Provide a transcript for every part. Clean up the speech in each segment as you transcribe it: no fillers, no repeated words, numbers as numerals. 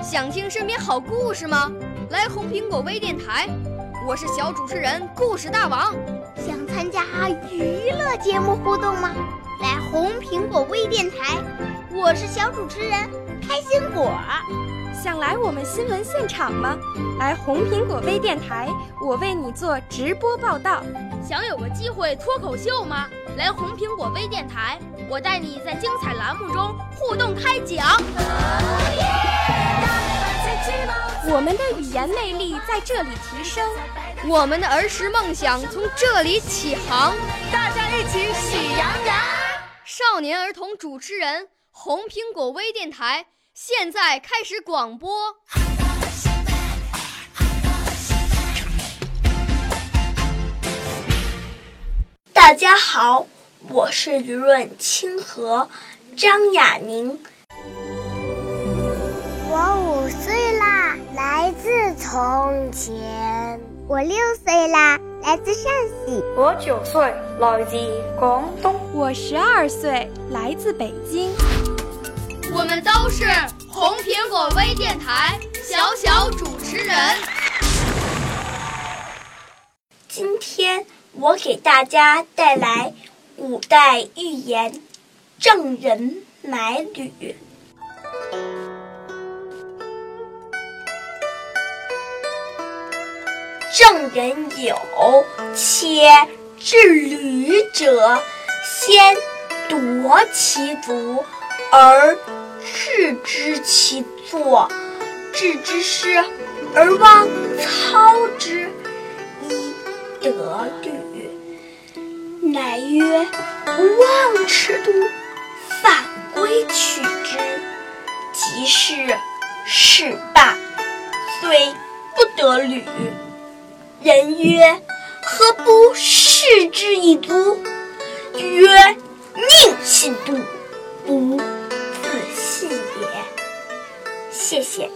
想听身边好故事吗？来红苹果微电台，我是小主持人故事大王。 想参加娱乐节目互动吗？来红苹果微电台，我是小主持人开心果。 想来我们新闻现场吗？来红苹果微电台，我为你做直播报道。 想有个机会脱口秀吗？来红苹果微电台，我带你在精彩栏目中互动开讲。 我们的语言魅力在这里提升， 我们的儿时梦想从这里起航。 大家一起喜羊羊。 少年儿童主持人，红苹果微电台现在开始广播。 大家好，我是雨润清河张雅宁。 我5岁啦，来自从前。我6岁啦，来自陕西。 我9岁，来自广东。 我12岁，来自北京。 我们都是红苹果微电台小主持人。 今天我给大家带来古代寓言《郑人买履》。郑人有且治履者，先夺其足而视之其作，置之师而忘操之，以得履。乃曰：不忘尺度，反归取之。及是罢，虽不得履。人曰：何不视之以足？曰：宁信度，不自信也。谢谢。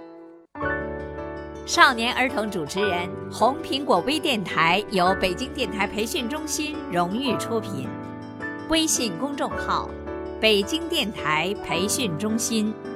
少年儿童主持人，红苹果微电台由北京电台培训中心荣誉出品，微信公众号：北京电台培训中心。